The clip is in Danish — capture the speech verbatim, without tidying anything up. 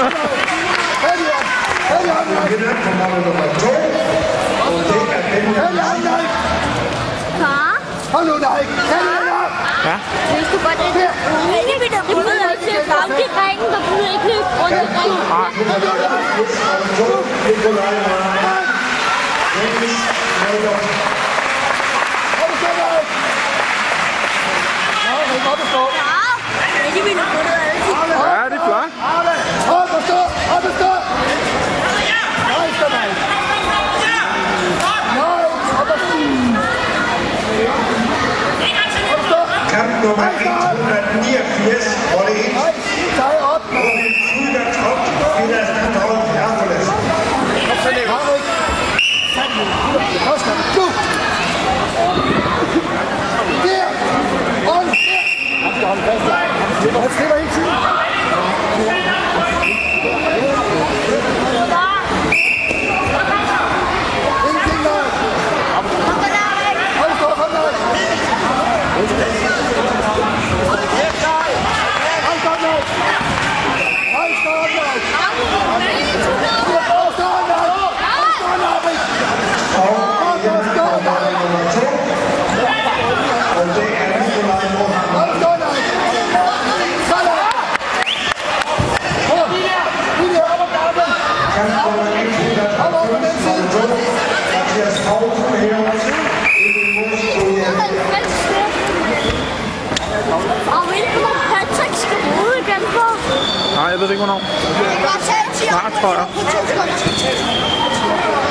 Hold nu dig! Ja. Vi skulle godt ikke. Det betyder ikke til at ramme de ringe, der betyder ikke løbe rundt i ringen. Nej. Ja, det er flot. Hold på stå! Hold på stå! Nej, stå mig! Nej, op og Kamp nummer et hundrede niogfirs, hvor det er nej, sej op! udgangspunkt i deres landhold Hercules. Kom så ned! Harrik! Koster! Nu! Der! Hold! Han skal holde fast. Han slipper hele tiden. Ingenting der! Hold stå, kom der! Hold stå, der! Hold stå, der! Hold stå, der! Og i kamp nummer to, og det er Nikolaj Mohammed. Hold stå, der! Sådan! Hold! Lige op og bakken! Kamp nummer et hundrede halvfems, og to, Mathias Poulsen her. Og hvilken Patrick skal bruge igen på? Nej, jeg ved ikke hvornår. Snart, tror jeg.